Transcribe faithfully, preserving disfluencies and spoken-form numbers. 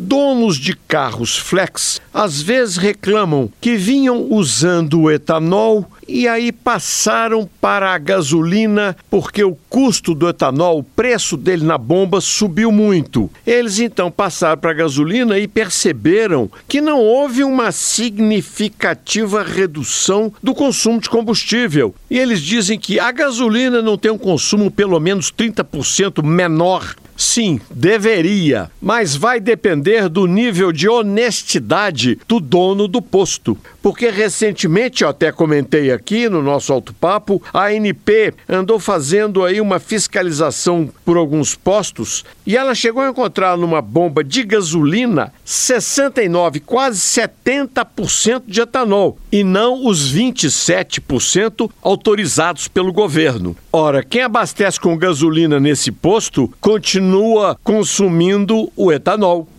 Donos de carros flex às vezes reclamam que vinham usando o etanol e aí passaram para a gasolina porque o custo do etanol, o preço dele na bomba subiu muito. Eles então passaram para a gasolina e perceberam que não houve uma significativa redução do consumo de combustível. E eles dizem que a gasolina não tem um consumo pelo menos trinta por cento menor. Sim, deveria, mas vai depender do nível de honestidade do dono do posto. Porque recentemente, eu até comentei aqui no nosso Alto Papo, a A N P andou fazendo aí uma fiscalização por alguns postos e ela chegou a encontrar numa bomba de gasolina sessenta e nove, quase setenta por cento de etanol e não os vinte e sete por cento autorizados pelo governo. Ora, quem abastece com gasolina nesse posto continua consumindo o etanol.